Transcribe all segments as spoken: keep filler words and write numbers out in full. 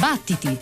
Battiti!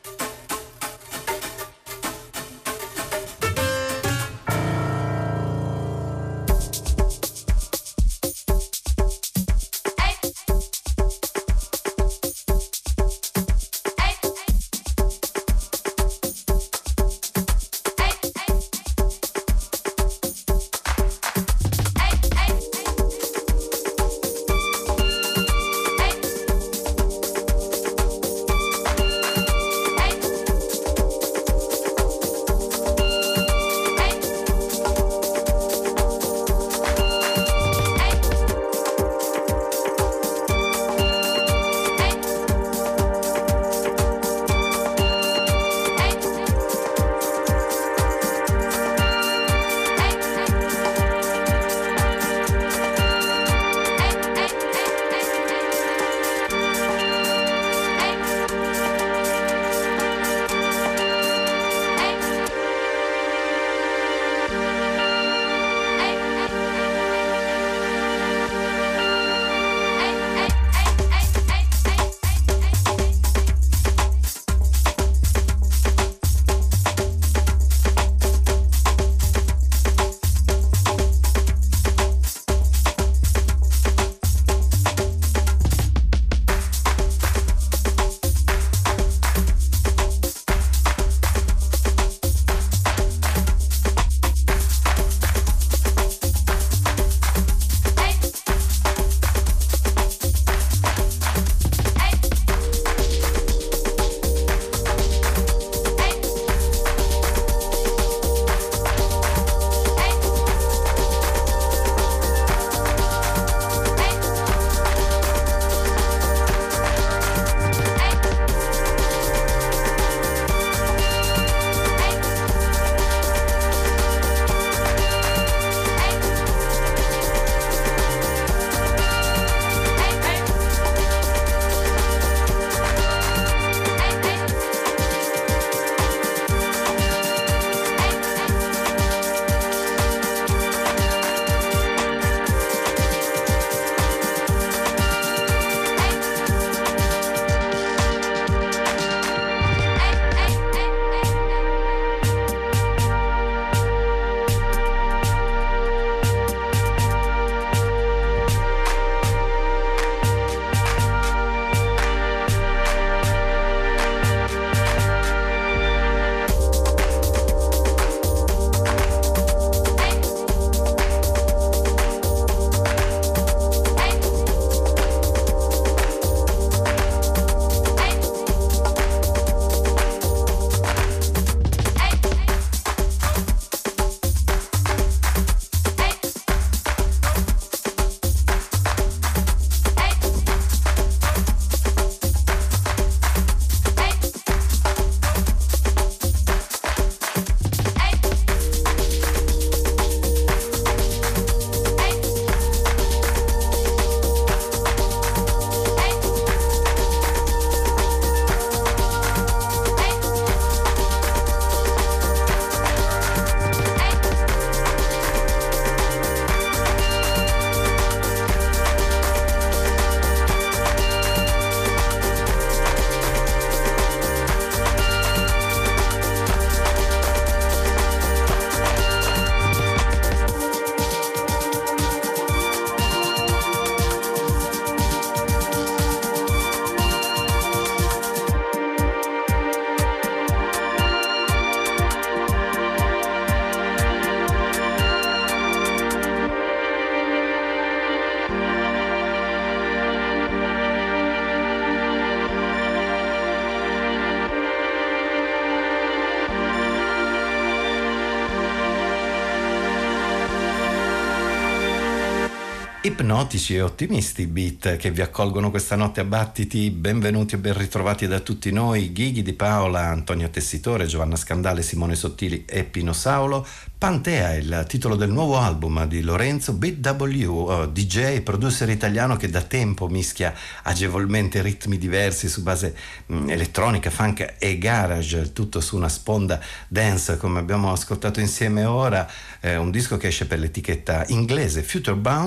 Ipnotici e ottimisti beat che vi accolgono questa notte a Battiti. Benvenuti e ben ritrovati da tutti noi, Ghighi Di Paola, Antonio Tessitore, Giovanna Scandale, Simone Sottili e Pino Saulo. Pantea è il titolo del nuovo album di Lorenzo B W, D J, producer italiano che da tempo mischia agevolmente ritmi diversi su base mh, elettronica, funk e garage, tutto su una sponda dance come abbiamo ascoltato insieme ora. È un disco che esce per l'etichetta inglese Future Bounce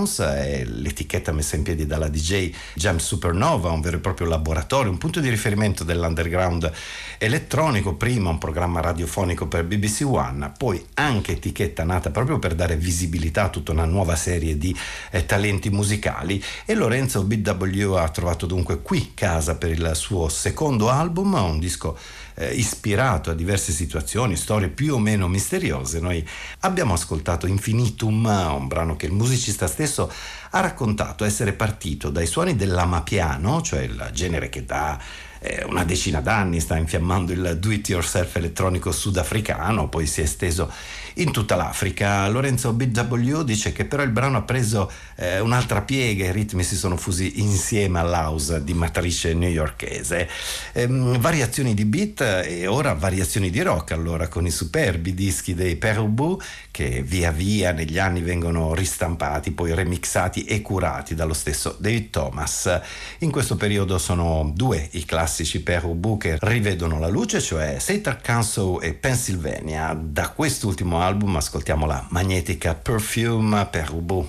è l'etichetta messa in piedi dalla D J Jam Supernova, un vero e proprio laboratorio, un punto di riferimento dell'underground elettronico, prima un programma radiofonico per B B C One, poi anche etichetta nata proprio per dare visibilità a tutta una nuova serie di eh, talenti musicali, e Lorenzo B W ha trovato dunque qui casa per il suo secondo album, un disco eh, ispirato a diverse situazioni, storie più o meno misteriose. Noi abbiamo ascoltato Infinitum, un brano che il musicista stesso ha raccontato essere partito dai suoni dell'amapiano, cioè il genere che da una decina d'anni sta infiammando il do it yourself elettronico sudafricano, poi si è esteso in tutta l'Africa. Lorenzo B W dice che però il brano ha preso eh, un'altra piega, i ritmi si sono fusi insieme all'house di matrice newyorkese, ehm, variazioni di beat e ora variazioni di rock, allora, con i superbi dischi dei Pere Ubu, che via via negli anni vengono ristampati, poi remixati e curati dallo stesso David Thomas. In questo periodo sono due i classici Pere Ubu che rivedono la luce, cioè Satar Council e Pennsylvania. Da quest'ultimo album ascoltiamo la magnetica Perfume Pere Ubu.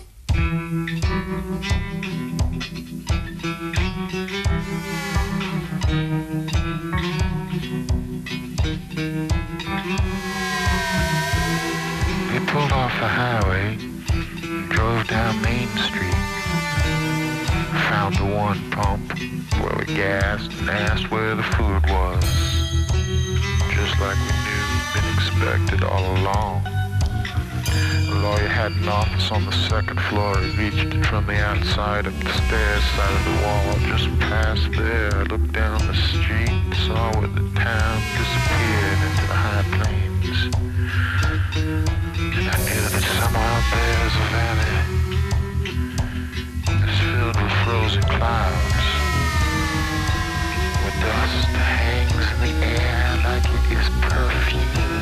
We pulled off the highway, drove down Main Street, found the one pump where we gassed and asked where the food was, just like we knew been expected all along. The lawyer had an office on the second floor. He reached it from the outside up the stairs side of the wall. Just past there, I looked down the street and saw where the town disappeared into the high plains. And I knew that somewhere out there is a valley that's filled with frozen clouds, where dust hangs in the air like it is perfume.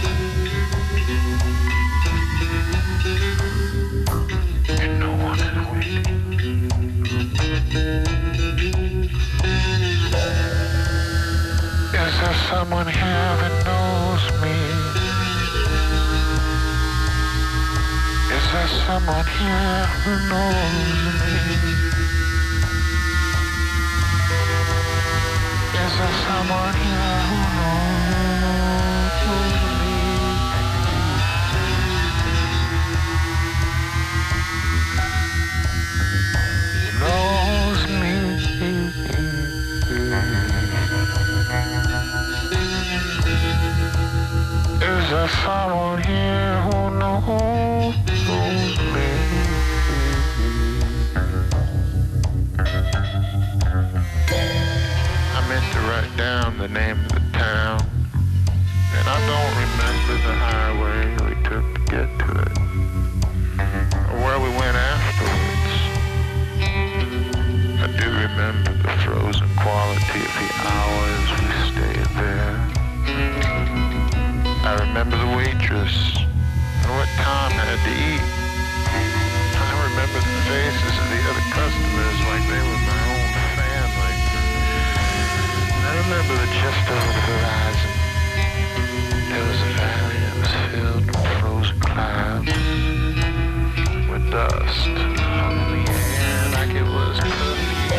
And no one is waiting. Is there someone here that knows me? Is there someone here who knows me? Is there someone here who knows me? Knows me. Is there someone here who knows me? I meant to write down the name of the town, and I don't remember the highway we took to get to it, or where we went afterwards. I do remember the frozen quality of the hours we stayed there. I remember the waitress and what Tom had to eat. I remember the faces of the other customers like they were my own family. I remember that just over the horizon there was a valley that was filled with frozen clouds, with dust hung in the air like it was perfume.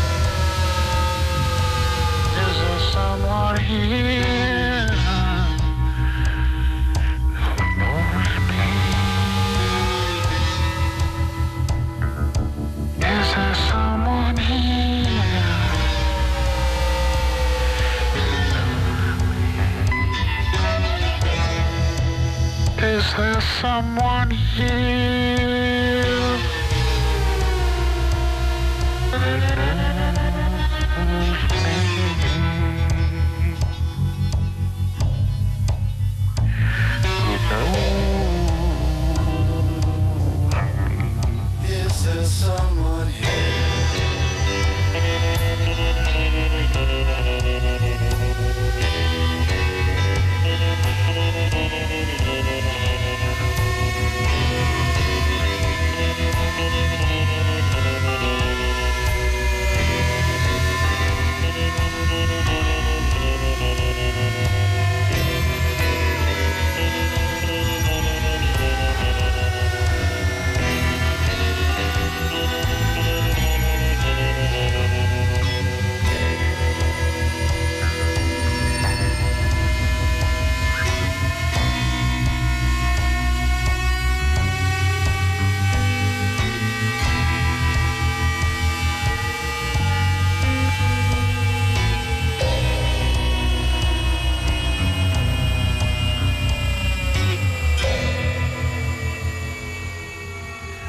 Is there someone here who knows me? Is there someone here? Is there someone here? Is there someone here?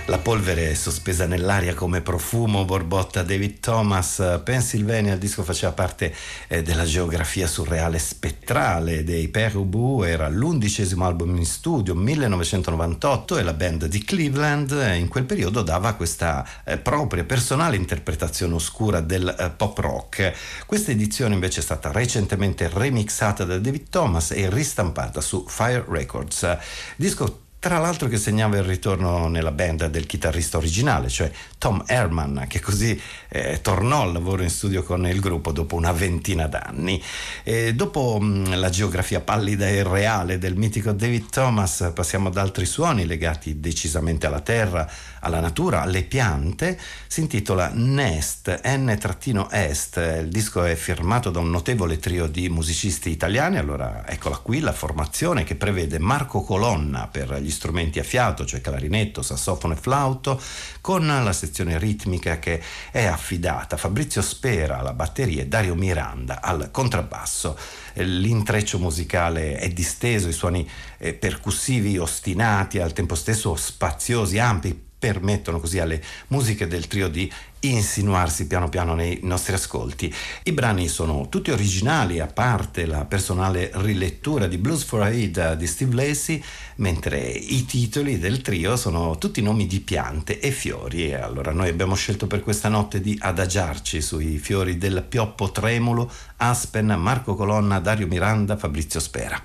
La polvere è sospesa nell'aria come profumo, borbotta David Thomas. Pennsylvania, il disco faceva parte eh, della geografia surreale spettrale dei Pere Ubu, era l'undicesimo album in studio, millenovecentonovantotto, e la band di Cleveland eh, in quel periodo dava questa eh, propria personale interpretazione oscura del eh, pop rock. Questa edizione invece è stata recentemente remixata da David Thomas e ristampata su Fire Records. Disco tra l'altro che segnava il ritorno nella band del chitarrista originale, cioè Tom Herman, che così eh, tornò al lavoro in studio con il gruppo dopo una ventina d'anni. E dopo mh, la geografia pallida e reale del mitico David Thomas, passiamo ad altri suoni legati decisamente alla terra, alla natura, alle piante. Si intitola Nest, N-Est. Il disco è firmato da un notevole trio di musicisti italiani. Allora eccola qui la formazione, che prevede Marco Colonna per gli strumenti a fiato, cioè clarinetto, sassofono e flauto, con la sezione ritmica che è affidata a Fabrizio Spera alla batteria e Dario Miranda al contrabbasso. L'intreccio musicale è disteso, i suoni eh, percussivi ostinati, al tempo stesso spaziosi, ampi, permettono così alle musiche del trio di insinuarsi piano piano nei nostri ascolti. I brani sono tutti originali, a parte la personale rilettura di Blues for Aida di Steve Lacy, mentre i titoli del trio sono tutti nomi di piante e fiori. E allora noi abbiamo scelto per questa notte di adagiarci sui fiori del pioppo tremulo, Aspen, Marco Colonna, Dario Miranda, Fabrizio Spera.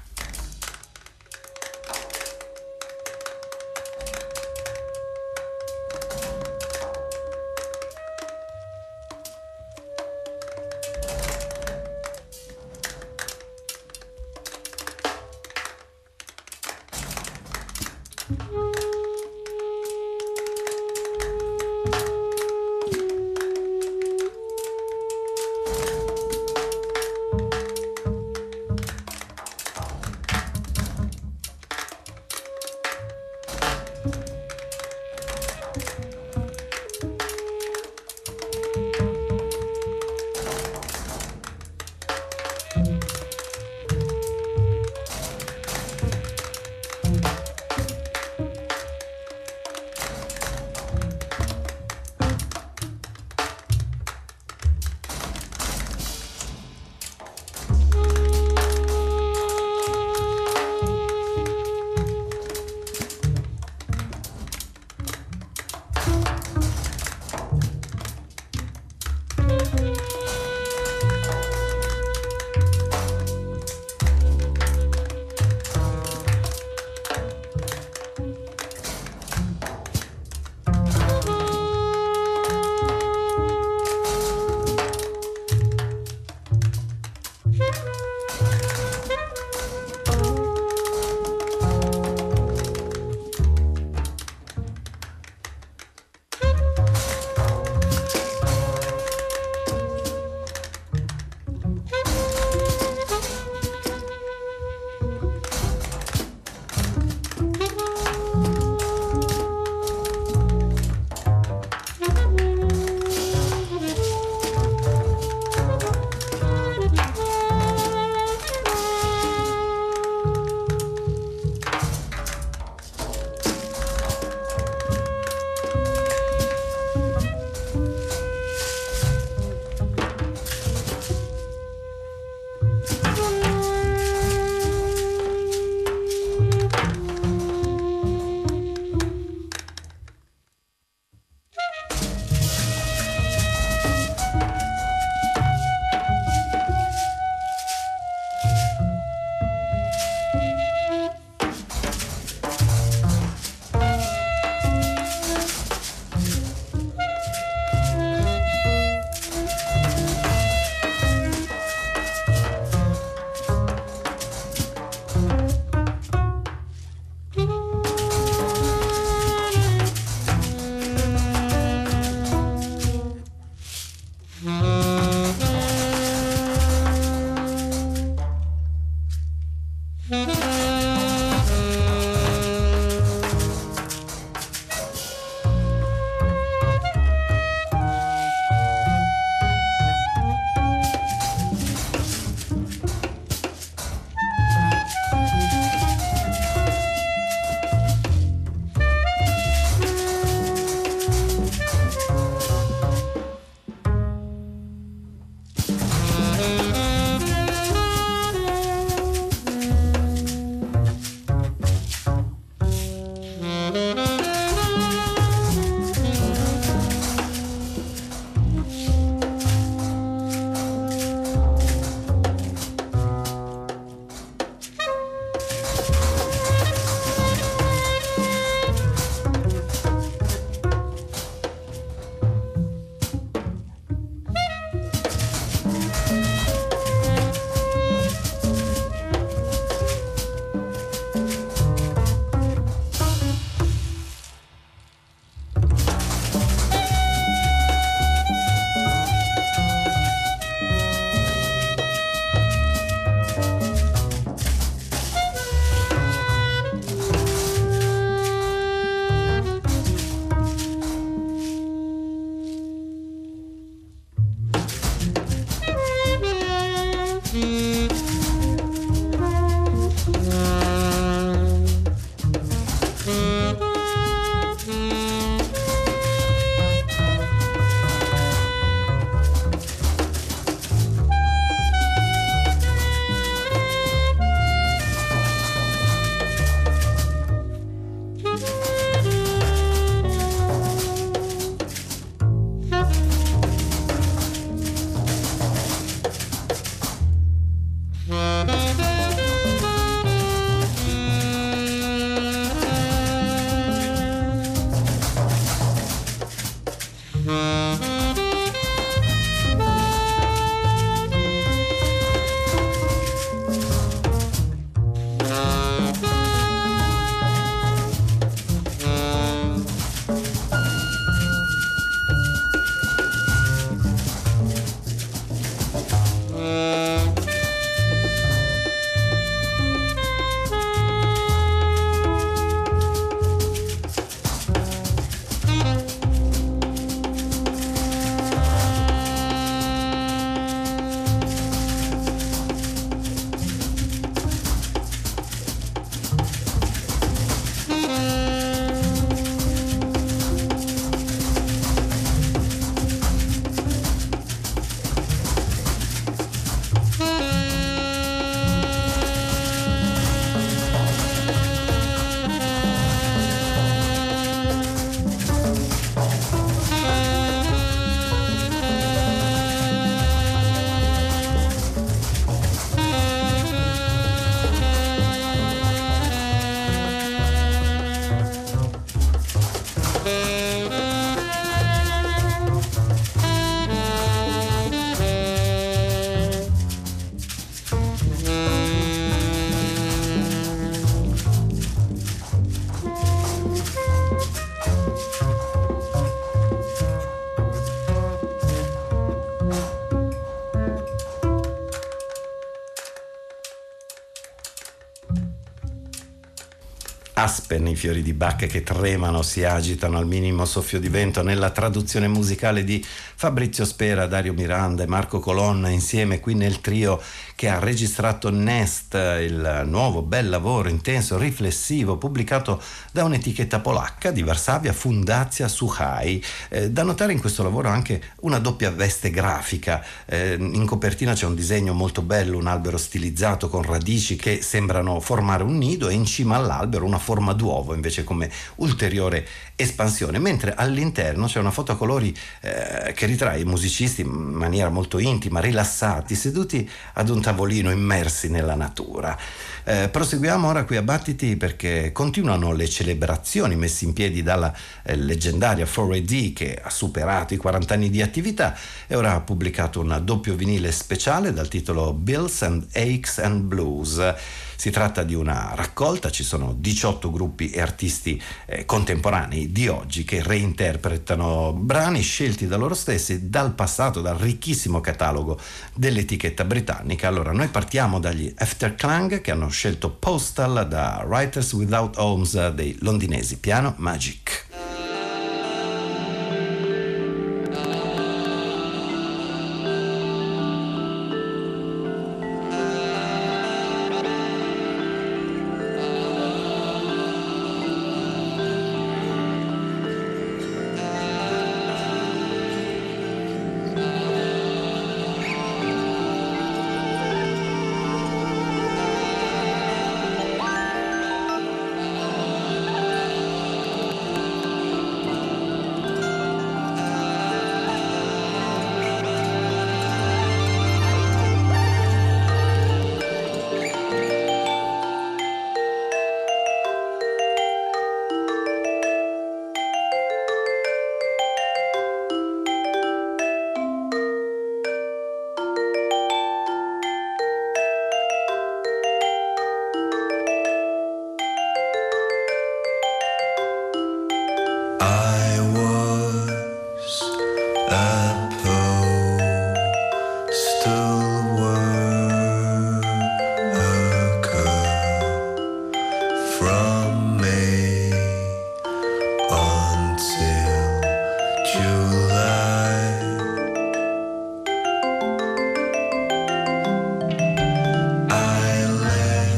Aspen, i fiori di Bach che tremano, si agitano al minimo soffio di vento, nella traduzione musicale di Fabrizio Spera, Dario Miranda e Marco Colonna, insieme qui nel trio che ha registrato Nest, il nuovo bel lavoro intenso, riflessivo, pubblicato da un'etichetta polacca di Varsavia, Fundacja Słuchaj. Eh, da notare in questo lavoro anche una doppia veste grafica. Eh, in copertina c'è un disegno molto bello, un albero stilizzato con radici che sembrano formare un nido, e in cima all'albero una forma d'uovo invece come ulteriore espansione, mentre all'interno c'è una foto a colori eh, che ritrae i musicisti in maniera molto intima, rilassati, seduti ad un tavolino, immersi nella natura. Eh, proseguiamo ora qui a Battiti perché continuano le celebrazioni messe in piedi dalla eh, leggendaria four A D, che ha superato i quaranta anni di attività e ora ha pubblicato un doppio vinile speciale dal titolo Bills and Aches and Blues. Si tratta di una raccolta, ci sono diciotto gruppi e artisti eh, contemporanei di oggi che reinterpretano brani scelti da loro stessi dal passato, dal ricchissimo catalogo dell'etichetta britannica. Allora noi partiamo dagli Afterclang, che hanno scelto Postal da Writers Without Homes dei londinesi Piano Magic.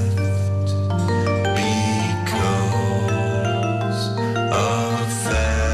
Fair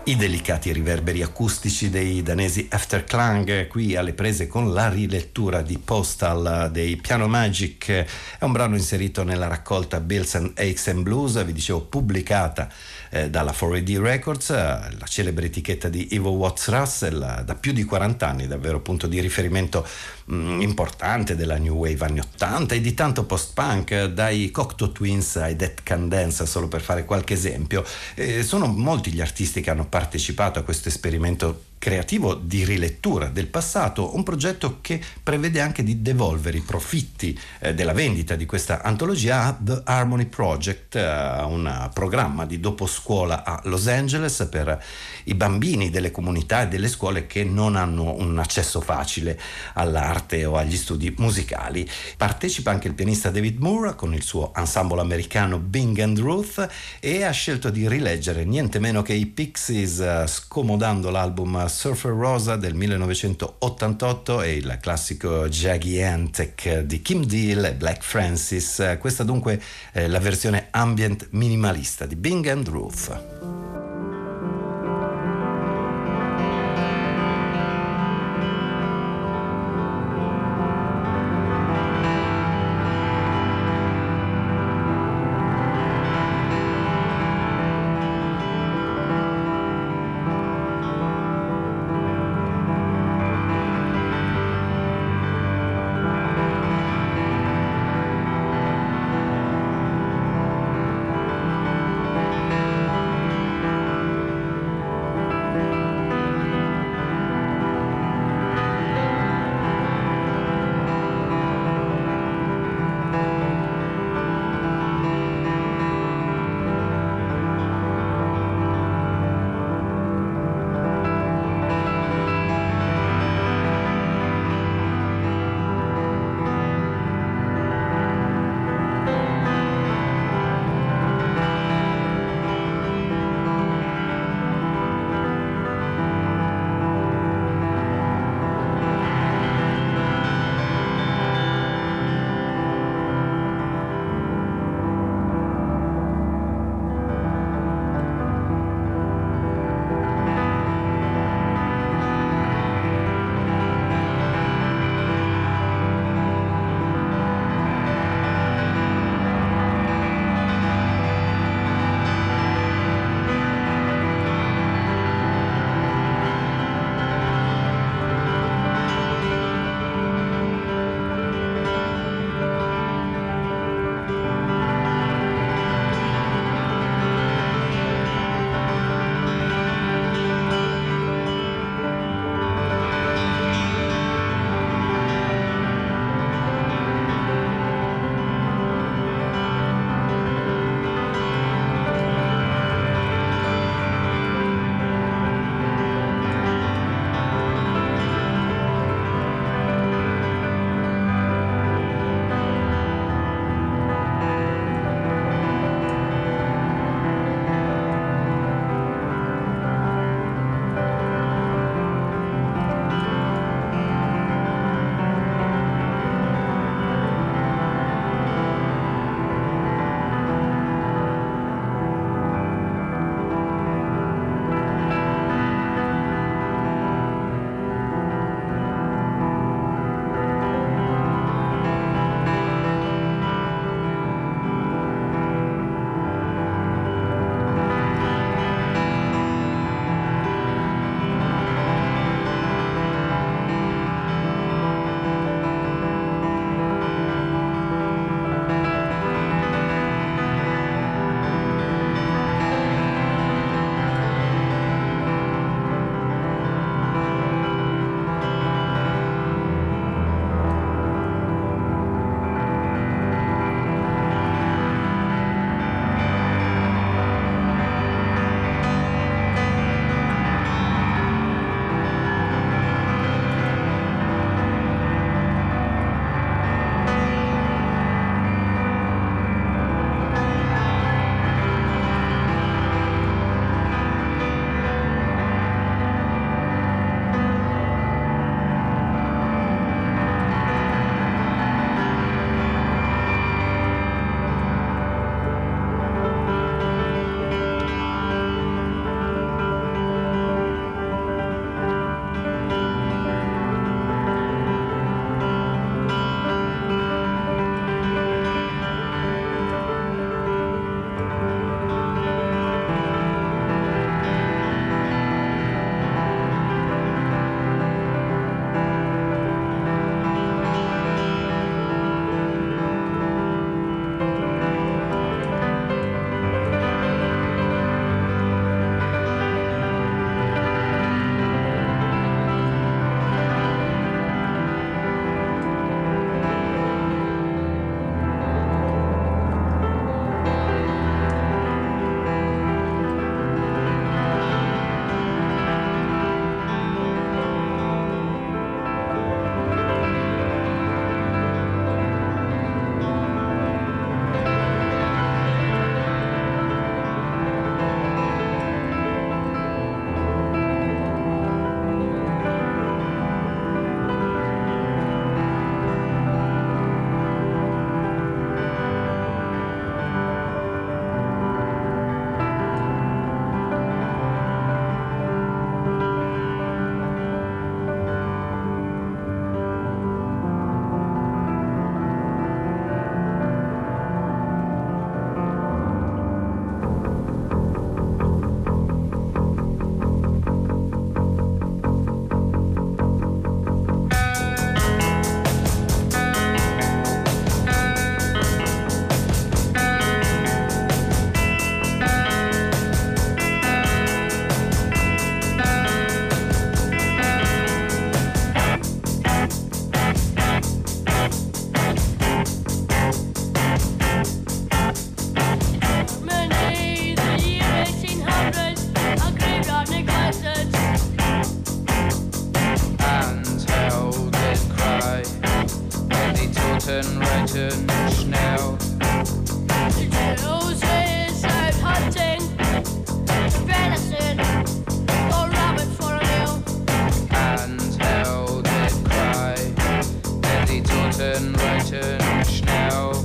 I delicati riverberi acustici dei danesi Afterklang, qui alle prese con la rilettura di Postal dei Piano Magic. È un brano inserito nella raccolta Bills and Aches and Blues, vi dicevo pubblicata eh, dalla four A D Records, la celebre etichetta di Ivo Watts Russell, da più di quaranta anni, davvero punto di riferimento mh, importante della New Wave anni ottanta e di tanto post-punk, dai Cocteau Twins ai Dead Can Dance, solo per fare qualche esempio. Eh, sono molti gli artisti che hanno partecipato a questo esperimento creativo di rilettura del passato, un progetto che prevede anche di devolvere i profitti eh, della vendita di questa antologia a The Harmony Project, eh, un programma di dopo scuola a Los Angeles per i bambini delle comunità e delle scuole che non hanno un accesso facile all'arte o agli studi musicali. Partecipa anche il pianista David Moore con il suo ensemble americano Bing and Ruth e ha scelto di rileggere niente meno che i Pixies, eh, scomodando l'album Surfer Rosa del millenovecentottantotto e il classico Gigantic di Kim Deal e Black Francis. Questa dunque è la versione ambient minimalista di Bing and Ruth. reiten schnell. The Jews is out hunting venison or rabbit for a meal. And hell did cry, denn die Toten reiten schnell.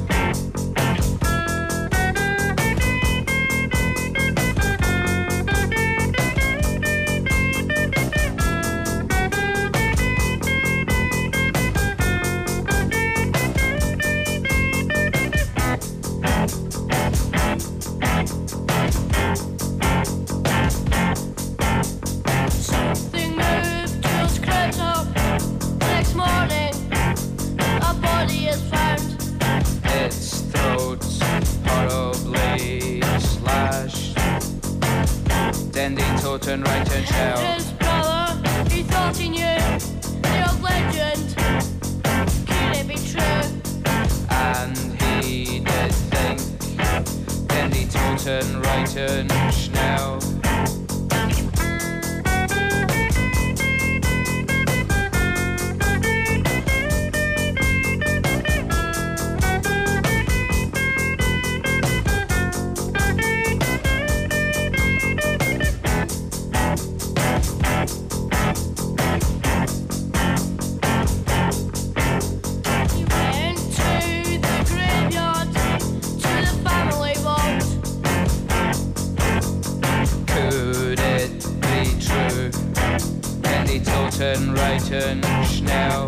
Something moved to its cribs up. Next morning, a body is found. Its throat's horribly slashed, denn die Toten reiten schnell. His brother, he thought he knew the old legend. Could it be true? And he did think, denn die Toten reiten schnell. He went to the graveyard, to the family vault. Could it be true? Denn die Toten reiten schnell.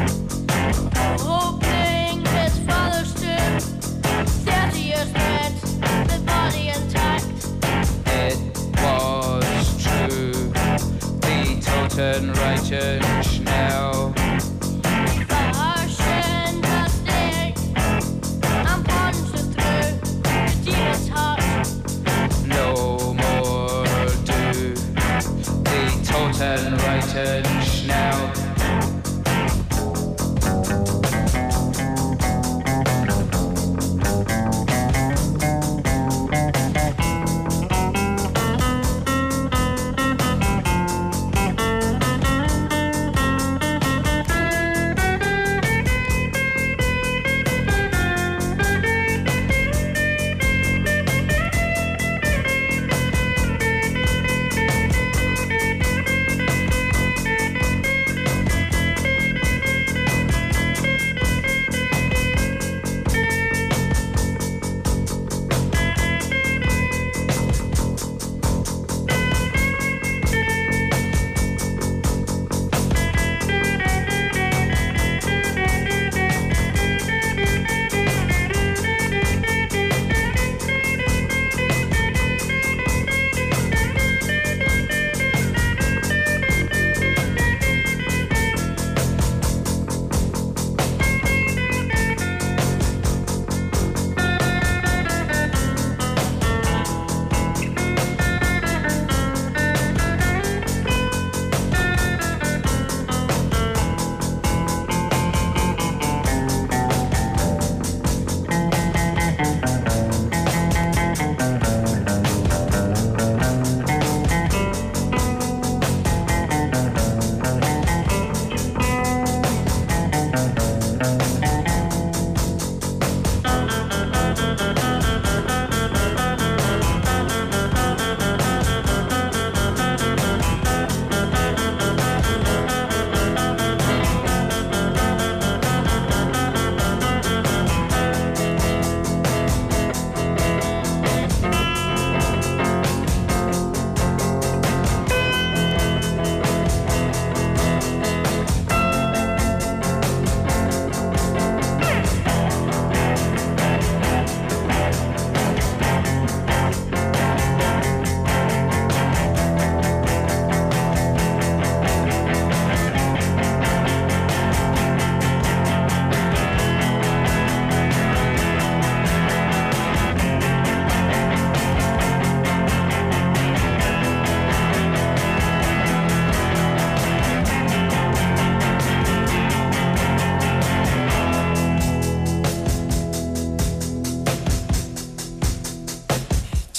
Opening his father's tomb, thirty years dead, the body intact. It was true. Die Toten reiten schnell. Fashioned a snake and punched through the demon's heart. No more do. Die Toten reiten schnell.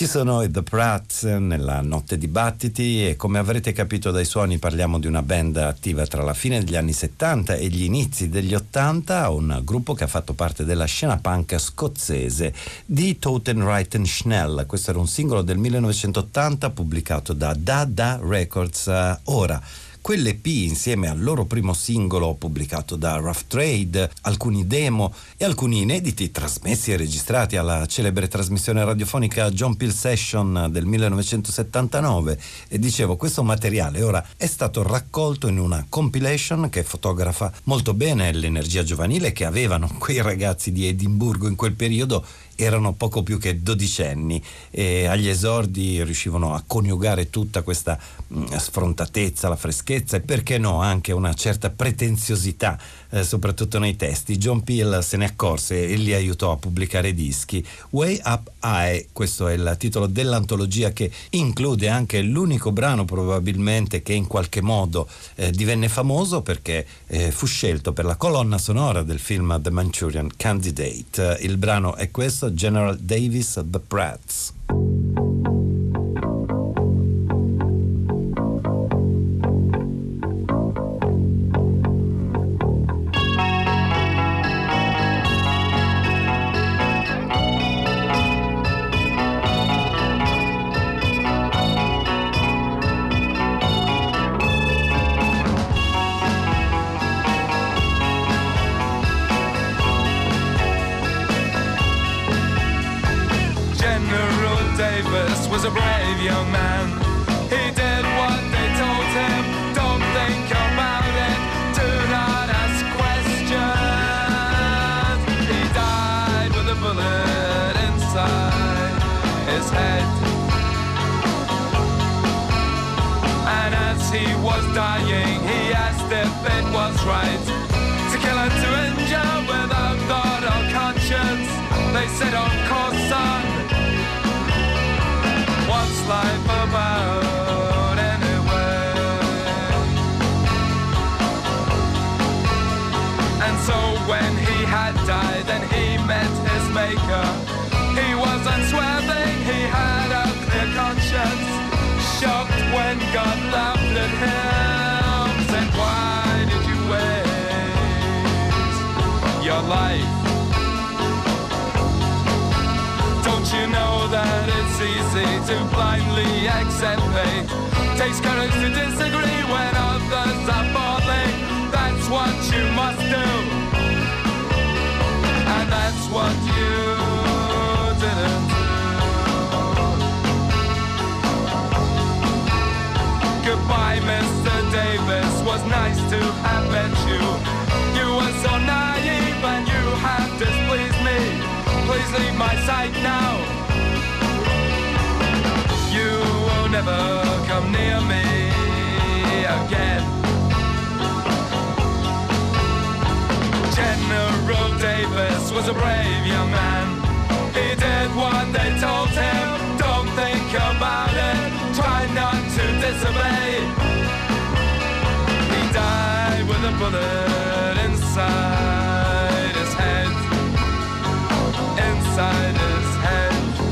Ci sono i The Prats nella Notte di Battiti e come avrete capito dai suoni parliamo di una band attiva tra la fine degli anni settanta e gli inizi degli ottanta, un gruppo che ha fatto parte della scena punk scozzese di Toten Wright Schnell. Questo era un singolo del millenovecentottanta pubblicato da Da Da Records. Ora, quell'E P insieme al loro primo singolo pubblicato da Rough Trade, alcuni demo e alcuni inediti trasmessi e registrati alla celebre trasmissione radiofonica John Peel Session del millenovecentosettantanove. E dicevo, questo materiale ora è stato raccolto in una compilation che fotografa molto bene l'energia giovanile che avevano quei ragazzi di Edimburgo in quel periodo. Erano poco più che dodicenni e agli esordi riuscivano a coniugare tutta questa mh, sfrontatezza, la freschezza e perché no anche una certa pretenziosità, eh, soprattutto nei testi. John Peel se ne accorse e li aiutò a pubblicare dischi. Way Up High, questo è il titolo dell'antologia che include anche l'unico brano probabilmente che in qualche modo eh, divenne famoso perché eh, fu scelto per la colonna sonora del film The Manchurian Candidate. Il brano è questo, General Davis, The Prats. Was a brave young man. He did what they told him. Don't think about it. Do not ask questions. He died with a bullet inside his head. And as he was dying, he asked if it was right to kill and to injure without thought or conscience. They said, of course, son. What's life about anyway? And so when he had died and he met his maker, he was unswerving, he had a clear conscience. Shocked when God laughed at him, said, why did you waste your life? Don't you know that it's easy to blindly accept fate? Takes courage to disagree when others are falling. That's what you must do. And that's what you didn't do. Goodbye, Mister Davis. Was nice to have met you. You were so naive and you have displeased me. Please leave my sight now. You will never come near me again. General Davis was a brave young man. He did what they told him. Don't think about it. Try not to disobey. He died with a bullet inside his head. Inside his head.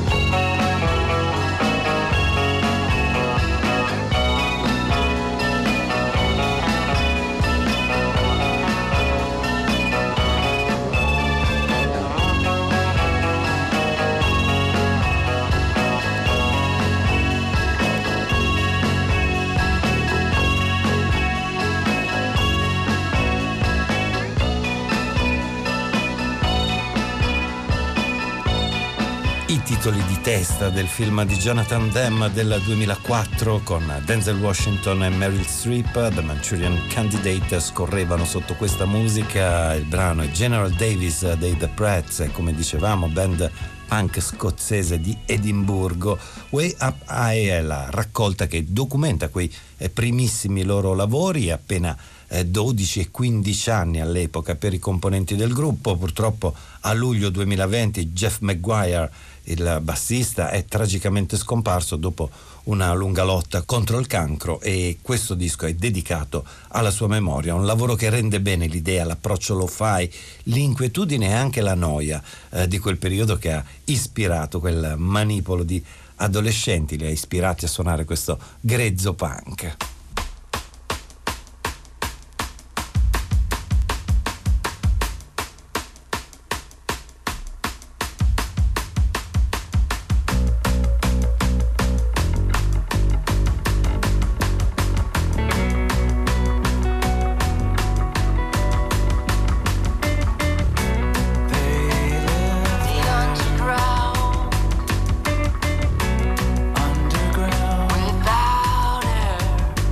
Titoli di testa del film di Jonathan Demme del duemilaquattro con Denzel Washington e Meryl Streep. The Manchurian Candidate scorrevano sotto questa musica. Il brano è General Davis dei The Prats e, come dicevamo, band punk scozzese di Edimburgo. Way Up High è la raccolta che documenta quei primissimi loro lavori, appena dodici e quindici anni all'epoca per i componenti del gruppo. Purtroppo a luglio duemilaventi Jeff Maguire, il bassista, è tragicamente scomparso dopo una lunga lotta contro il cancro, e questo disco è dedicato alla sua memoria. Un lavoro che rende bene l'idea, l'approccio lo-fi, l'inquietudine e anche la noia eh, di quel periodo che ha ispirato quel manipolo di adolescenti li ha ispirati a suonare questo grezzo punk. Underground, without air.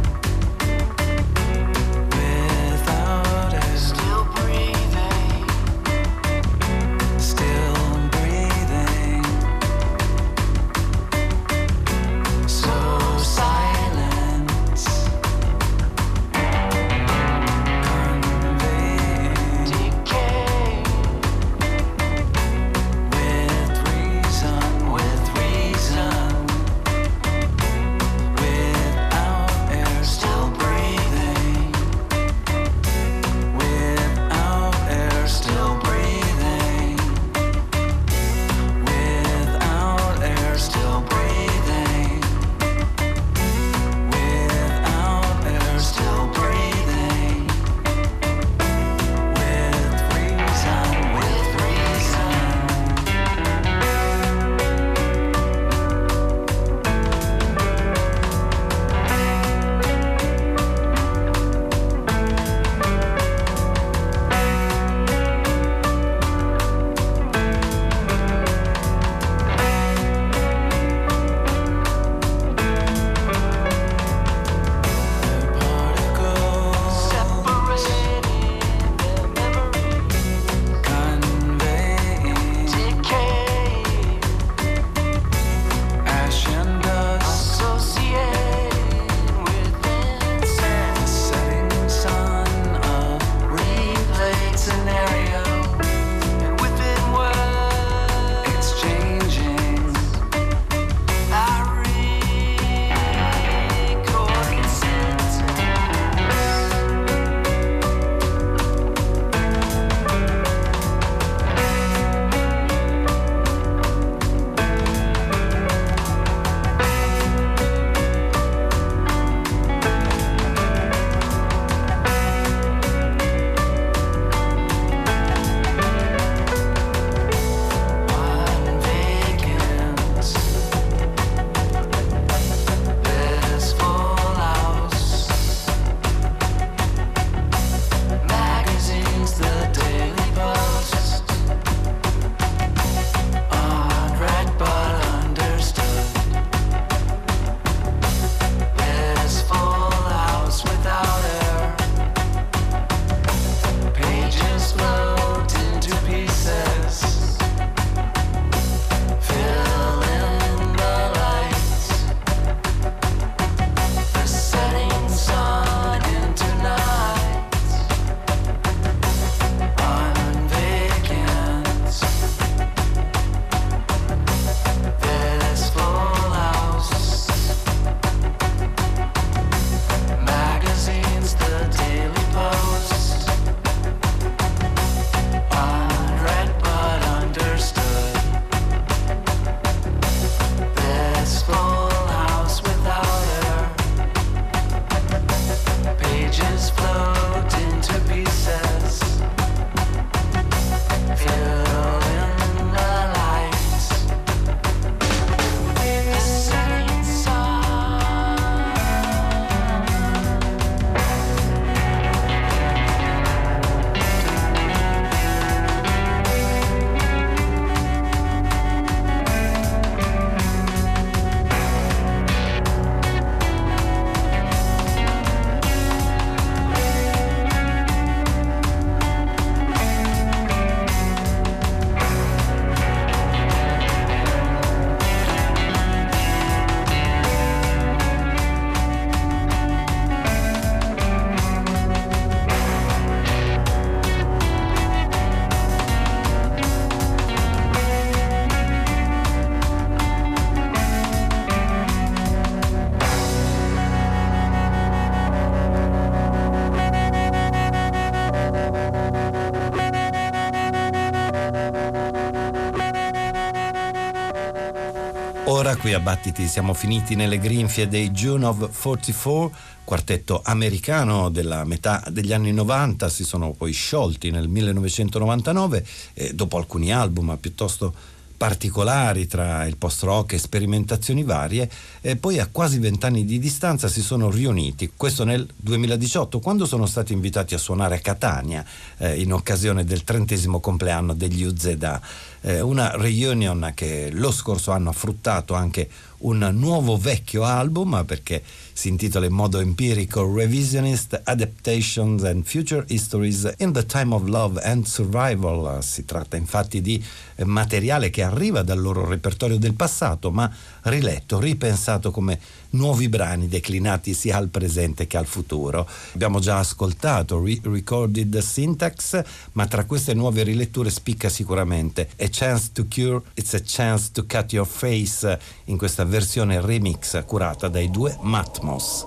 Ora qui a Battiti siamo finiti nelle grinfie dei June of quarantaquattro, quartetto americano della metà degli anni novanta. Si sono poi sciolti nel millenovecentonovantanove e dopo alcuni album piuttosto particolari tra il post-rock e sperimentazioni varie, e poi a quasi vent'anni di distanza si sono riuniti, questo nel duemiladiciotto, quando sono stati invitati a suonare a Catania eh, in occasione del trentesimo compleanno degli U Z A, eh, una reunion che lo scorso anno ha fruttato anche un nuovo vecchio album, perché si intitola in modo empirico Revisionist Adaptations and Future Histories in the Time of Love and Survival. Si tratta infatti di materiale che arriva dal loro repertorio del passato, ma riletto, ripensato come nuovi brani declinati sia al presente che al futuro. Abbiamo già ascoltato Re-Recorded Syntax, ma tra queste nuove riletture spicca sicuramente A Chance to Cure, It's a Chance to Cut Your Face, in questa versione remix curata dai due Matmos.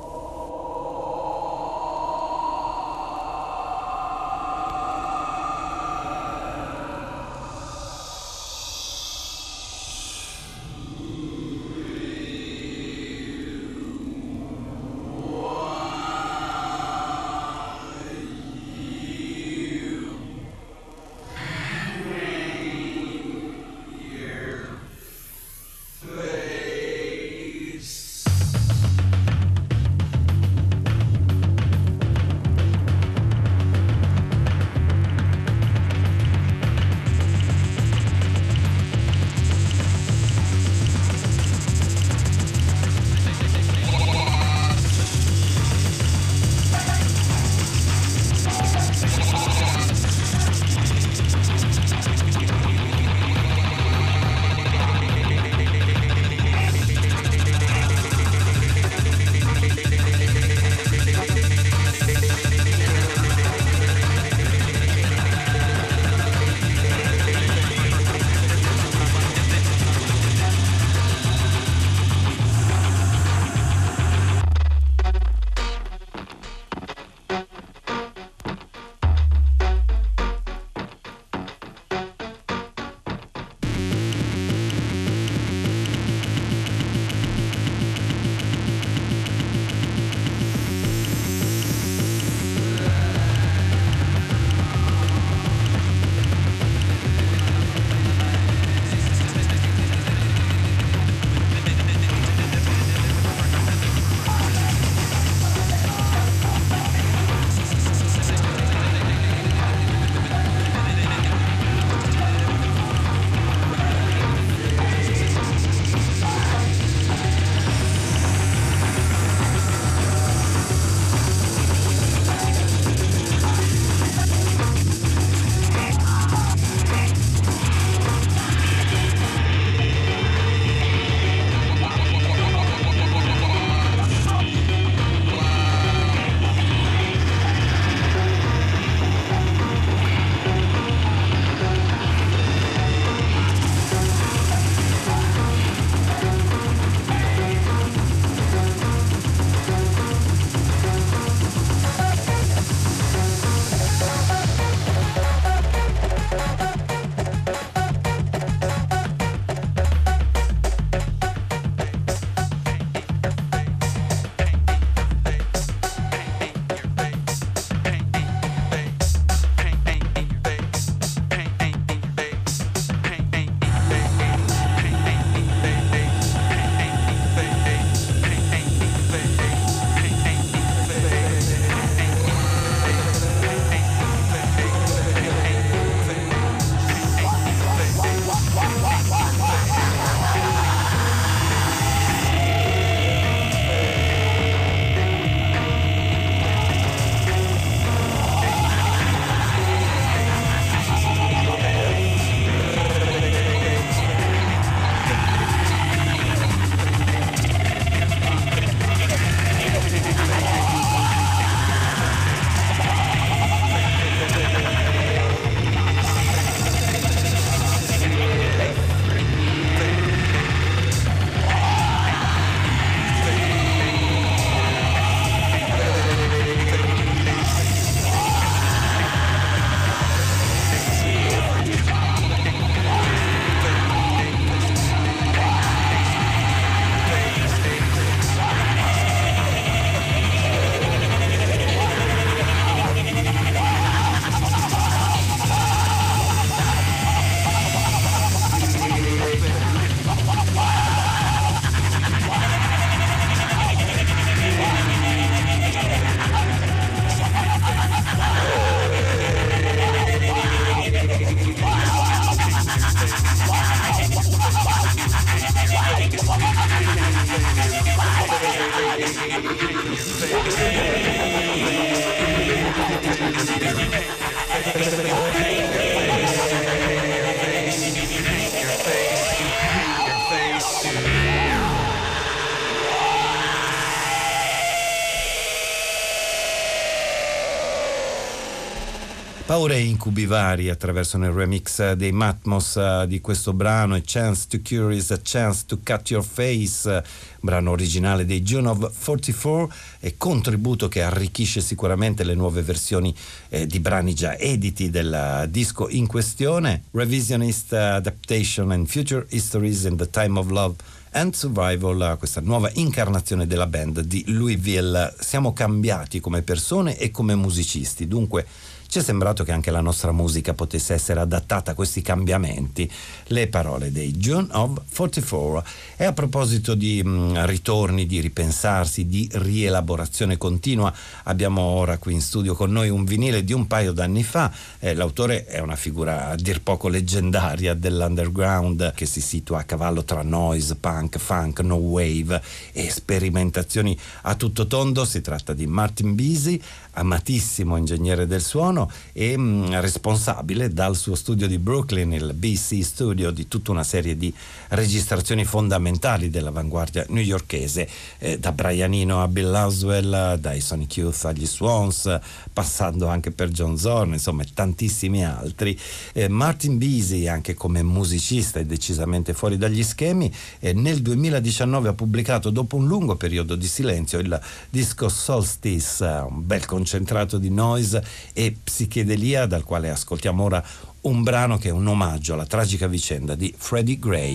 Paure e incubi vari attraverso il remix dei Matmos di questo brano, A Chance to Cure is a Chance to Cut Your Face, brano originale dei June of quarantaquattro e contributo che arricchisce sicuramente le nuove versioni eh, di brani già editi del disco in questione. Revisionist Adaptation and Future Histories in the Time of Love and Survival, questa nuova incarnazione della band di Louisville. Siamo cambiati come persone e come musicisti, dunque ci è sembrato che anche la nostra musica potesse essere adattata a questi cambiamenti. Le parole dei June of quarantaquattro. E a proposito di mh, ritorni, di ripensarsi, di rielaborazione continua, abbiamo ora qui in studio con noi un vinile di un paio d'anni fa. Eh, l'autore è una figura a dir poco leggendaria dell'underground che si situa a cavallo tra noise, punk, funk, no wave e sperimentazioni a tutto tondo. Si tratta di Martin Beasy, amatissimo ingegnere del suono e mh, responsabile dal suo studio di Brooklyn, il B C Studio, di tutta una serie di registrazioni fondamentali dell'avanguardia newyorkese, eh, da Brian Eno a Bill Laswell, dai Sonic Youth agli Swans, passando anche per John Zorn, insomma tantissimi altri. eh, Martin Beasy, anche come musicista, è decisamente fuori dagli schemi. eh, nel duemiladiciannove ha pubblicato, dopo un lungo periodo di silenzio, il disco Solstice, un bel concentrato di noise e psichedelia, dal quale ascoltiamo ora un brano che è un omaggio alla tragica vicenda di Freddie Gray.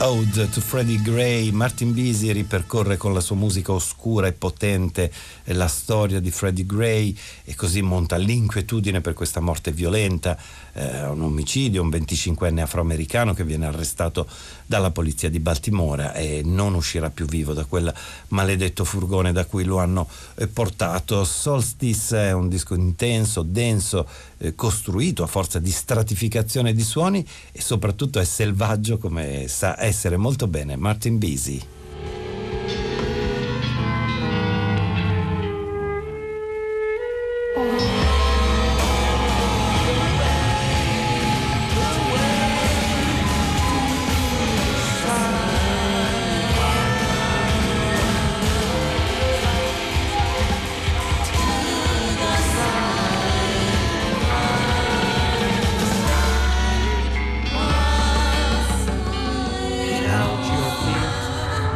Ode to Freddie Gray. Martin Bisi ripercorre con la sua musica oscura e potente la storia di Freddie Gray e così monta l'inquietudine per questa morte violenta, eh, un omicidio, un venticinquenne afroamericano che viene arrestato dalla polizia di Baltimora e non uscirà più vivo da quel maledetto furgone da cui lo hanno eh, portato. Solstice è un disco intenso, denso, eh, costruito a forza di stratificazione di suoni e soprattutto è selvaggio come sa essere molto bene Martin Bisi. Count your feet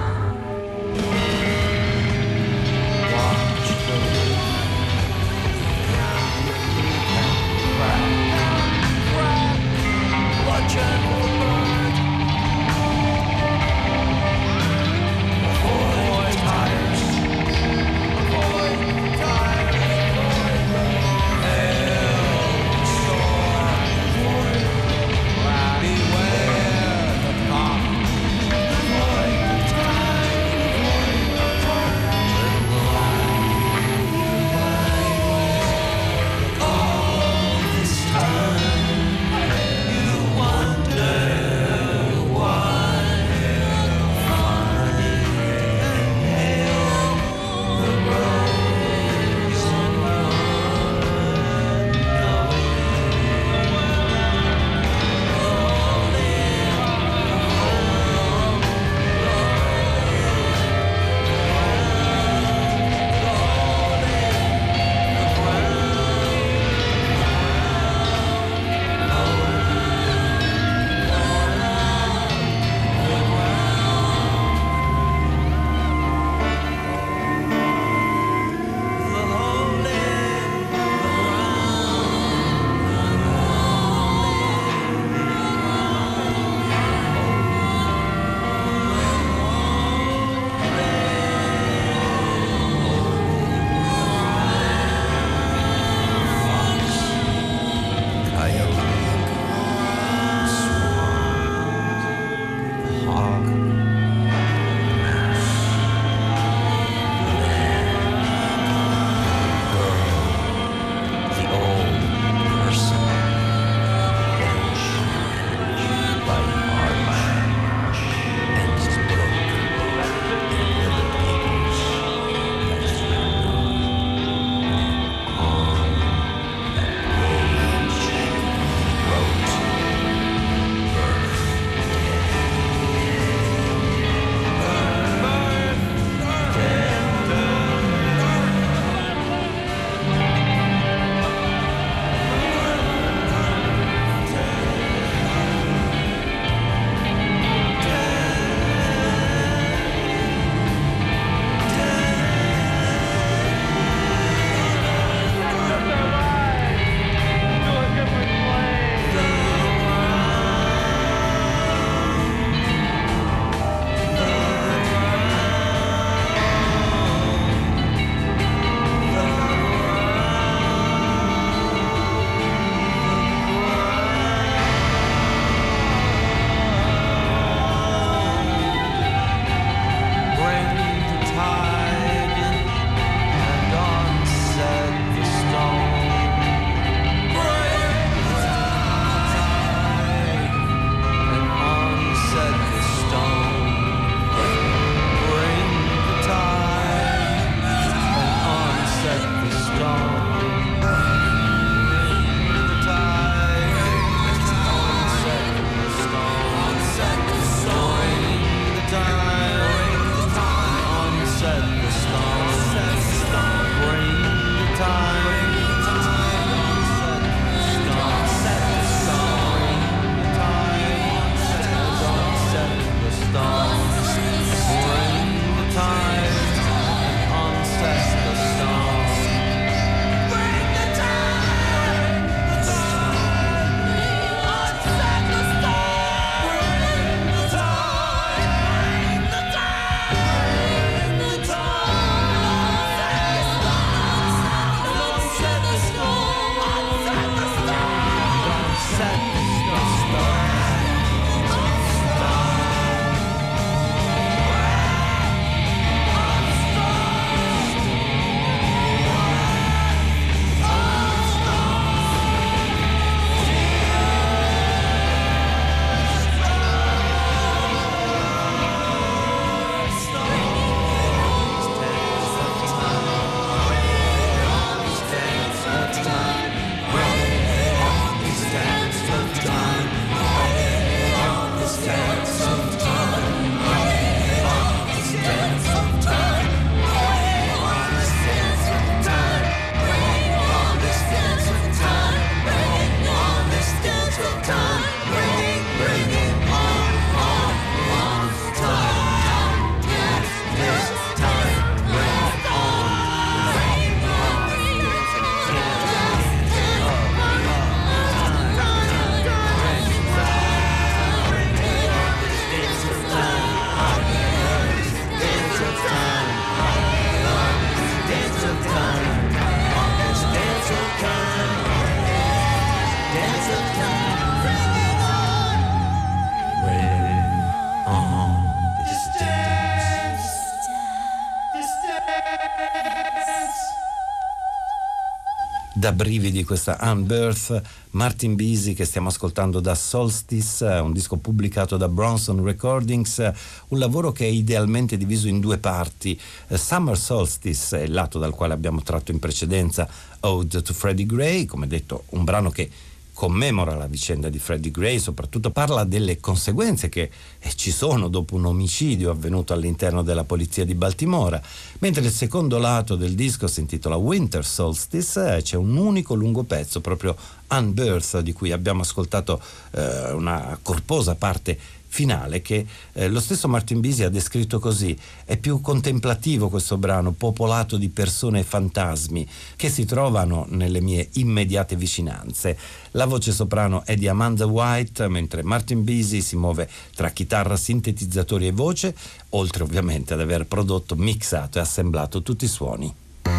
da brividi questa Unbirth, Martin Beasy, che stiamo ascoltando da Solstice, un disco pubblicato da Bronson Recordings, un lavoro che è idealmente diviso in due parti. Summer Solstice è il lato dal quale abbiamo tratto in precedenza Ode to Freddie Gray, come detto un brano che commemora la vicenda di Freddie Gray, soprattutto parla delle conseguenze che eh, ci sono dopo un omicidio avvenuto all'interno della polizia di Baltimora, mentre il secondo lato del disco si intitola Winter Solstice, eh, c'è un unico lungo pezzo, proprio Unbirth, di cui abbiamo ascoltato eh, una corposa parte finale che eh, lo stesso Martin Beasy ha descritto così: è più contemplativo questo brano, popolato di persone e fantasmi che si trovano nelle mie immediate vicinanze. La voce soprano è di Amanda White, mentre Martin Beasy si muove tra chitarra, sintetizzatori e voce, oltre ovviamente ad aver prodotto, mixato e assemblato tutti i suoni.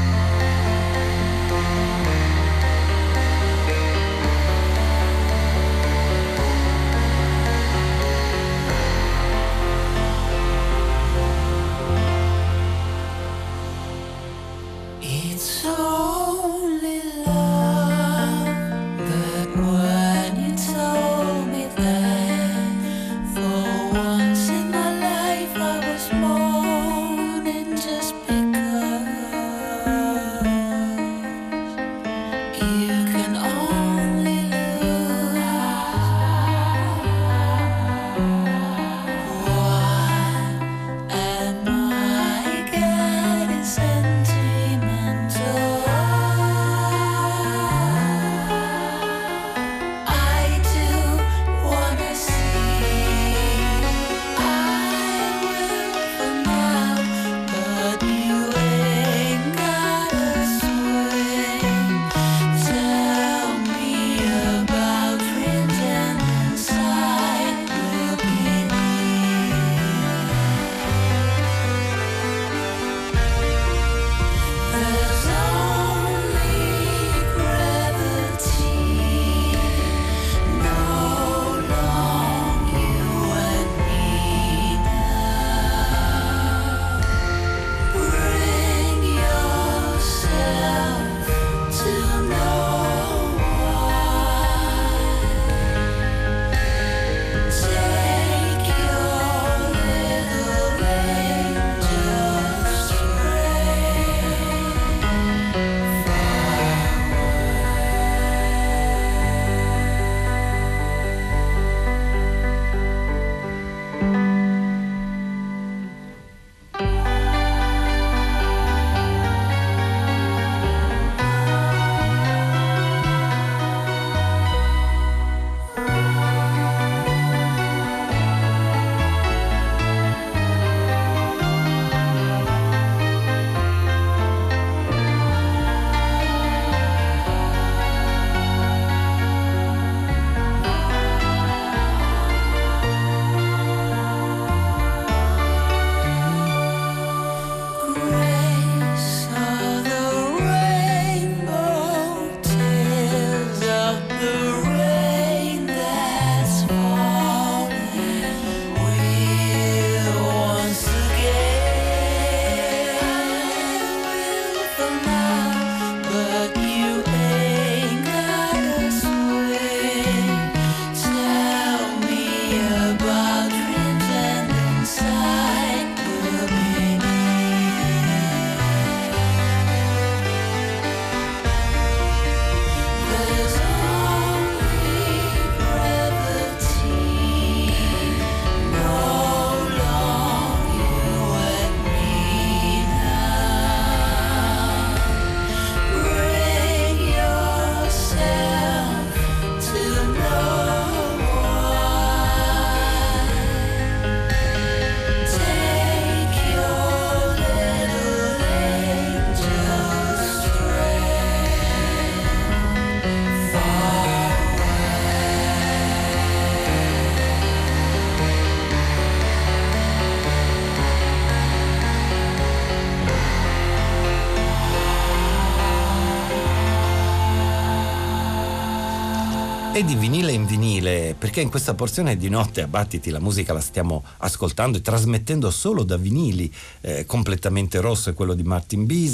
E di vinile in vinile, perché in questa porzione di Notte a Battiti la musica la stiamo ascoltando e trasmettendo solo da vinili. eh, Completamente Rosso è quello di Martin Beasy,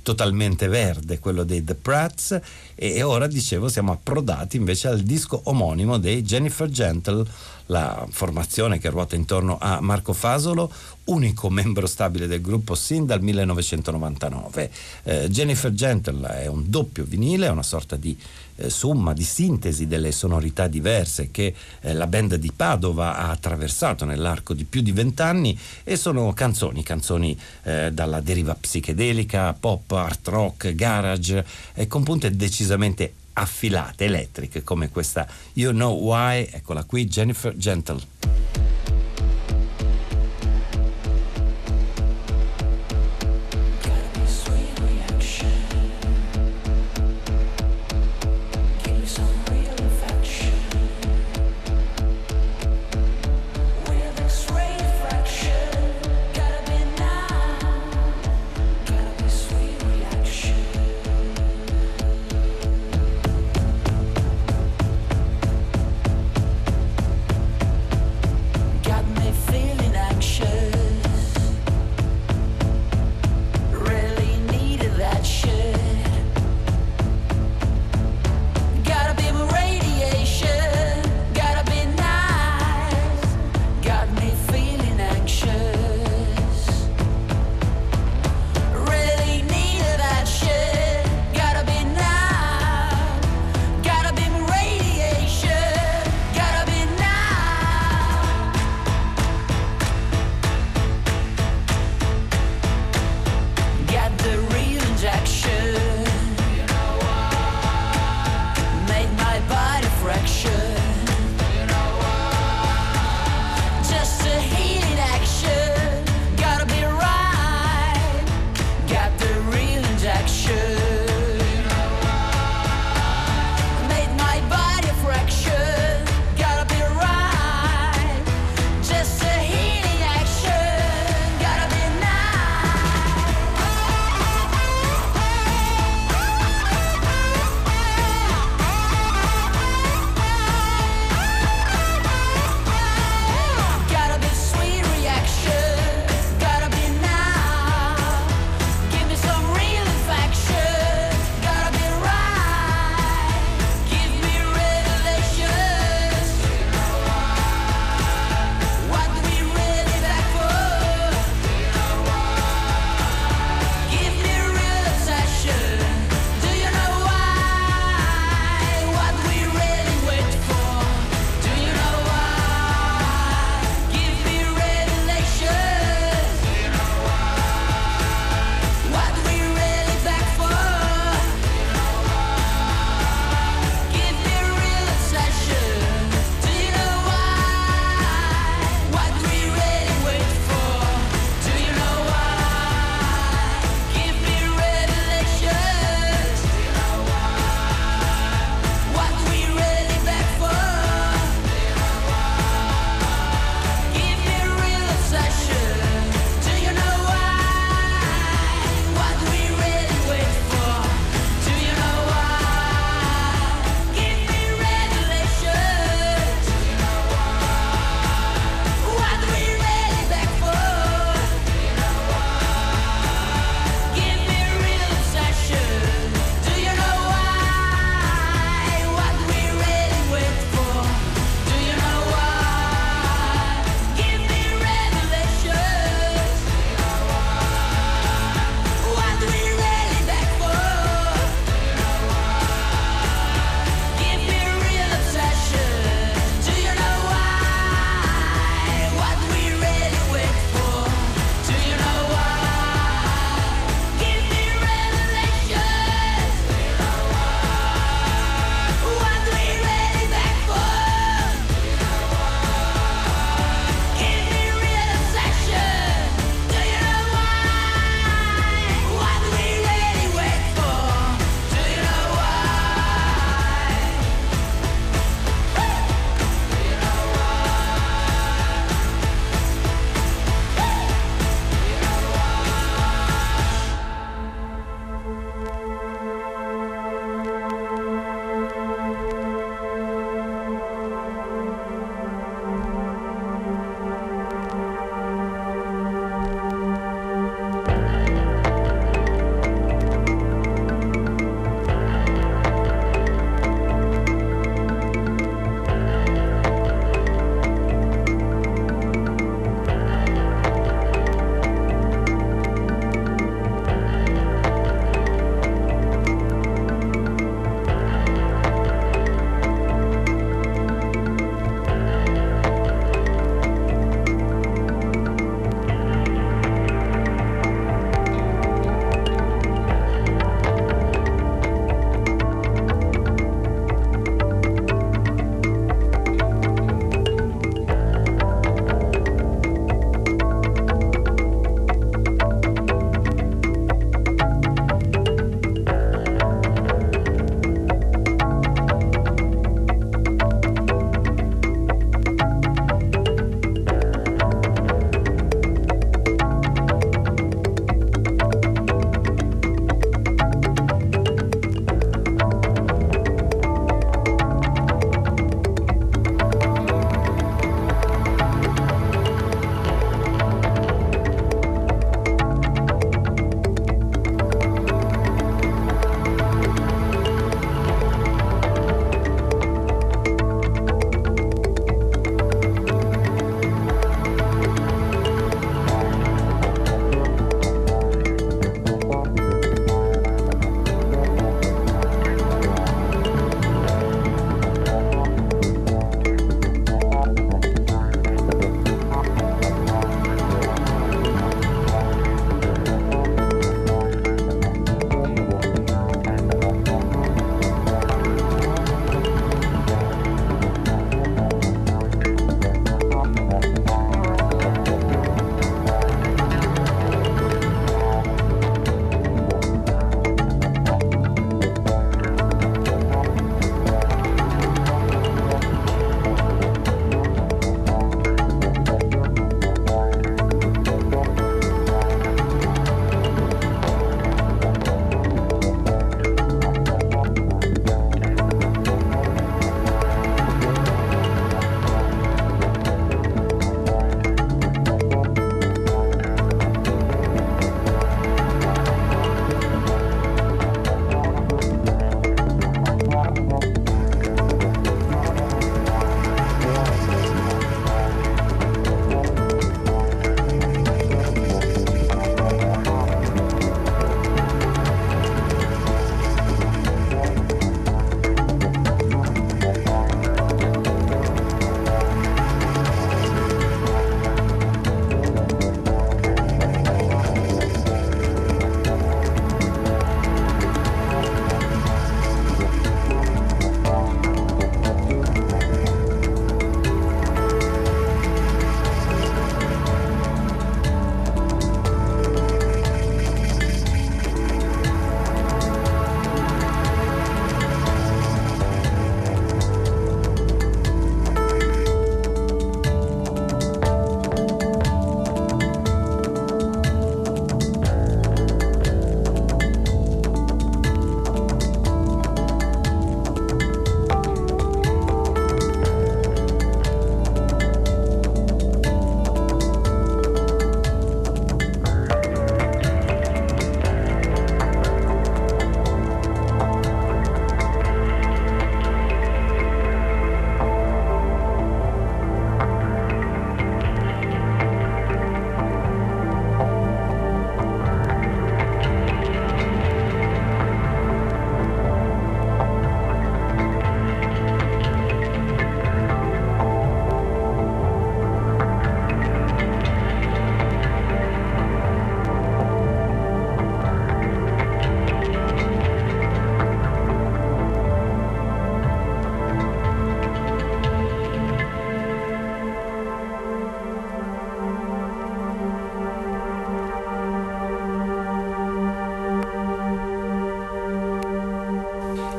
totalmente verde, quello dei The Prats, e ora dicevo siamo approdati invece al disco omonimo dei Jennifer Gentle, la formazione che ruota intorno a Marco Fasolo, unico membro stabile del gruppo sin dal millenovecentonovantanove. Eh, Jennifer Gentle è un doppio vinile, è una sorta di eh, somma, di sintesi delle sonorità diverse che eh, la band di Padova ha attraversato nell'arco di più di vent'anni, e sono canzoni, canzoni eh, dalla deriva psichedelica, pop, art rock, garage, e con punte decisamente affilate, elettriche, come questa You Know Why. Eccola qui, Jennifer Gentle.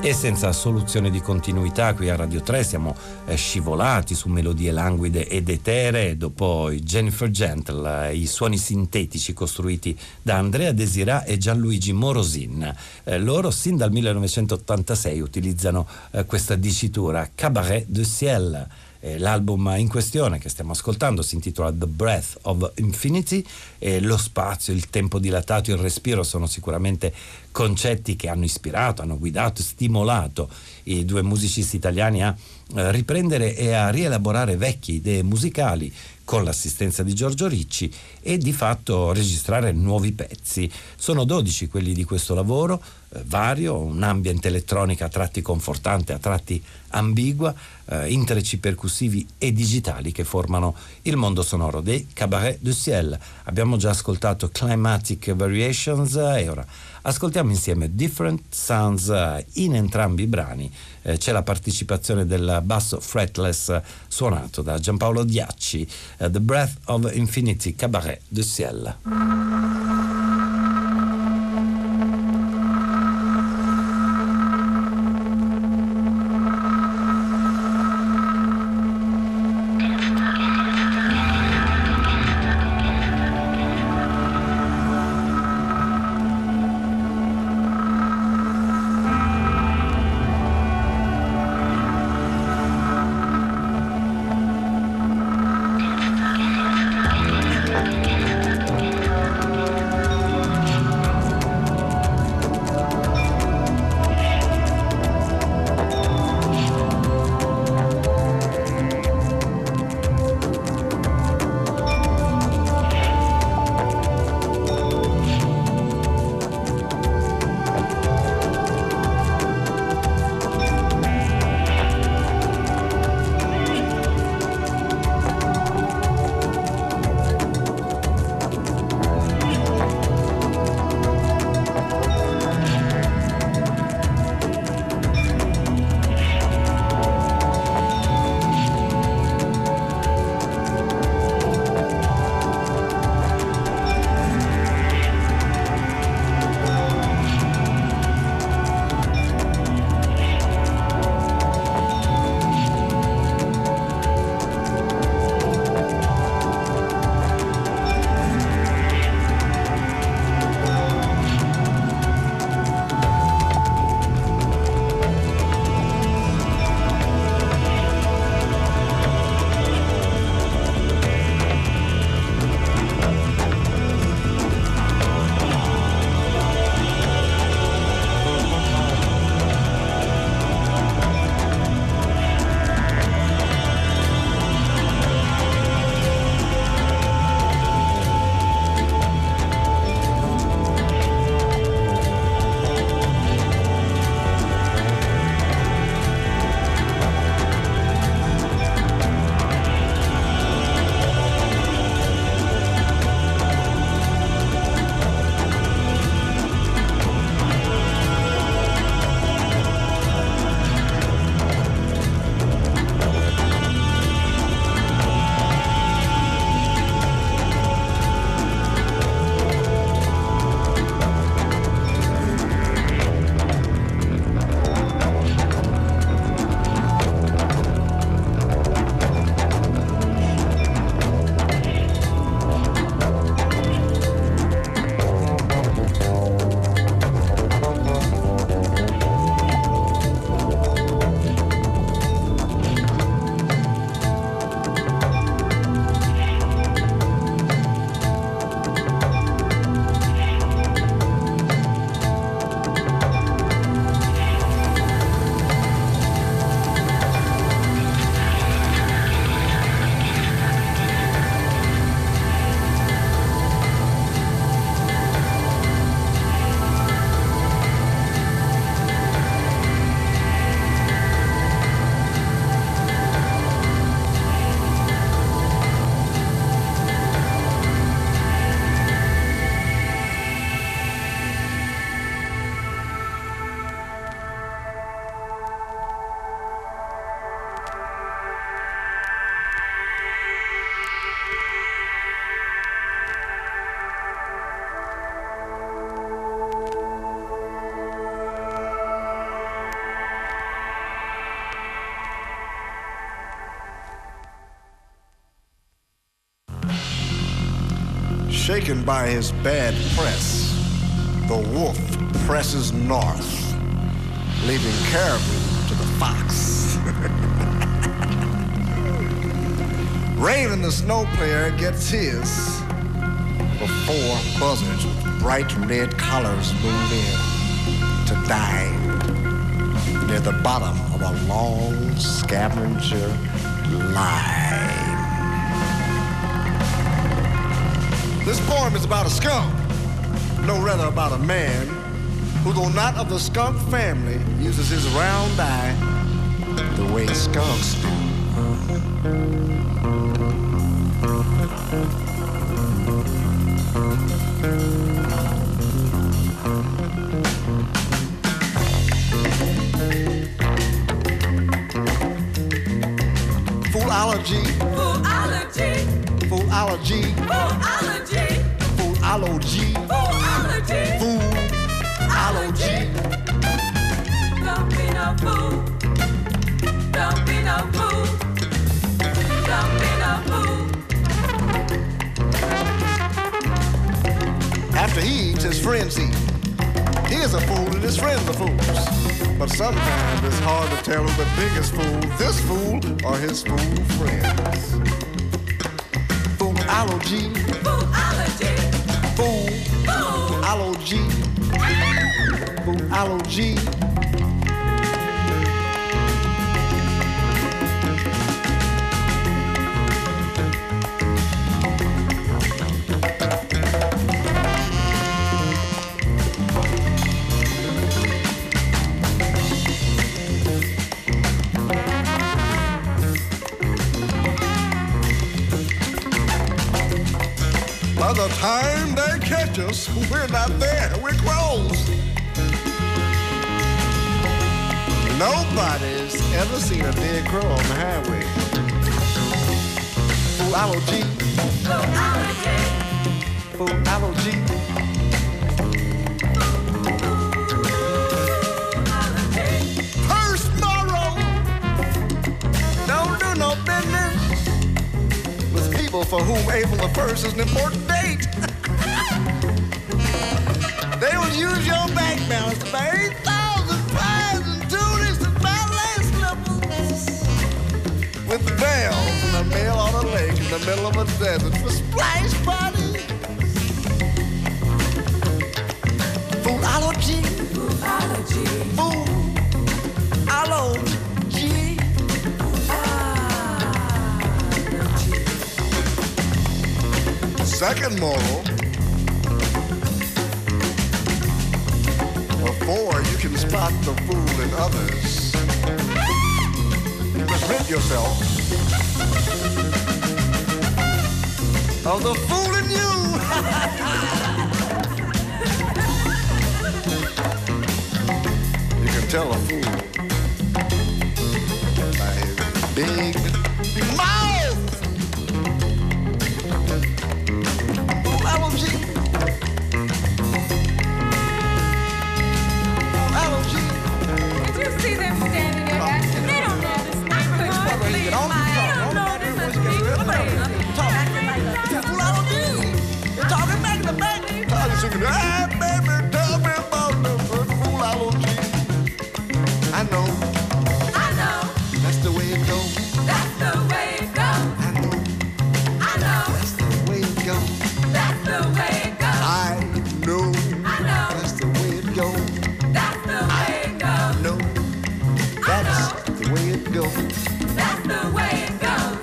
E senza soluzione di continuità qui a Radio tre siamo eh, scivolati su melodie languide ed eteree dopo Jennifer Gentle, eh, i suoni sintetici costruiti da Andrea Desirà e Gianluigi Morosin. Eh, loro sin dal millenovecentottantasei utilizzano eh, questa dicitura Cabaret du Ciel. Eh, l'album in questione che stiamo ascoltando si intitola The Breath of Infinity e lo spazio, il tempo dilatato, il respiro sono sicuramente concetti che hanno ispirato, hanno guidato, stimolato i due musicisti italiani a eh, riprendere e a rielaborare vecchie idee musicali con l'assistenza di Giorgio Ricci e di fatto registrare nuovi pezzi. Sono dodici quelli di questo lavoro, eh, vario, un ambient elettronica a tratti confortante, a tratti ambigua, eh, intrecci percussivi e digitali che formano il mondo sonoro dei Cabaret du Ciel. Abbiamo già ascoltato Climatic Variations e ora ascoltiamo insieme Different Sounds in entrambi i brani. Eh, c'è la partecipazione del basso fretless suonato da Giampaolo Diacci. eh, The Breath of Infinity, Cabaret du Ciel. Shaken by his bad press, the wolf presses north, leaving caribou to the fox. Raven, the snow player, gets his before buzzards with bright red collars move in to dine near the bottom of a long scavenger line. This poem is about a skunk, no rather about a man who, though not of the skunk family, uses his round eye the way skunks do. Foolology. Foolology. Foolology. Foolology. Foolology. Foolology. Foolology. Don't be no fool. Don't be no fool. Don't be no fool. After he eats, his friends eat. He is a fool and his friends are fools. But sometimes it's hard to tell who's the biggest fool, this fool or his fool friends. Foolology. Foolology. Fool. Foolology. Foolology. By the time they catch us, we're not there, we're closed. Nobody's ever seen a dead crow on the highway. Foolology. Foolology. Foolology. First morrow. Don't do no business with people for whom April the first is an important date. They will use your bank balance to buy eight thousand pies and tulips and ballet slippers with bells and a mail on a lake in the middle of a desert for splash parties. Foolology. Foolology. Foolology. Second moral. Before you can spot the fool in others, you must rid yourself of the fool in you. You can tell a fool by his big mouth. Foolology. Did you see them standing there? They don't know this. I couldn't believe my They don't know this is being played. Foolology. You're talking back to back. Talking singing, ah, baby, tell me about the foolology. I know. I know. That's the way it goes. That's the way it goes. I know. I know. That's the way it goes. That's the way it goes. I know. I know. That's the way it goes. That's the way it goes. No. That's the way it goes. That's the way it goes.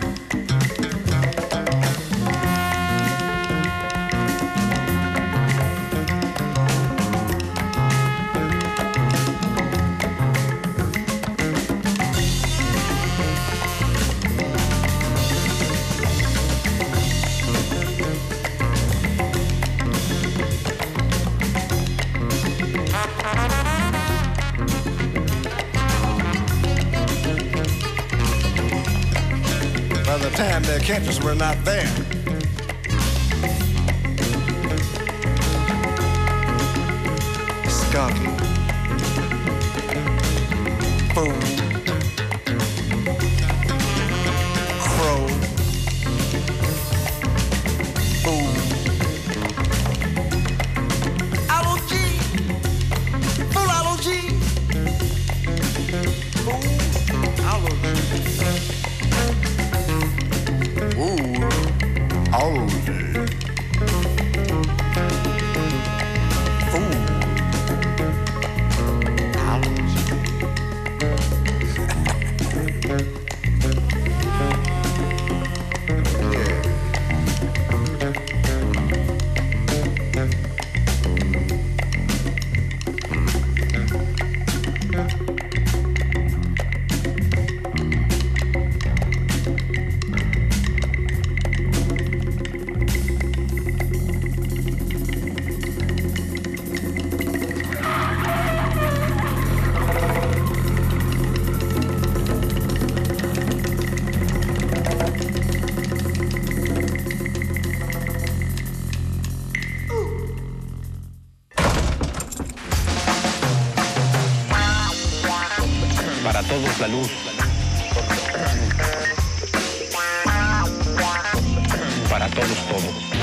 By the time they catch us, we're not there. Skunky. Fool. Crow. Fool. Para todos la luz. Para todos todo.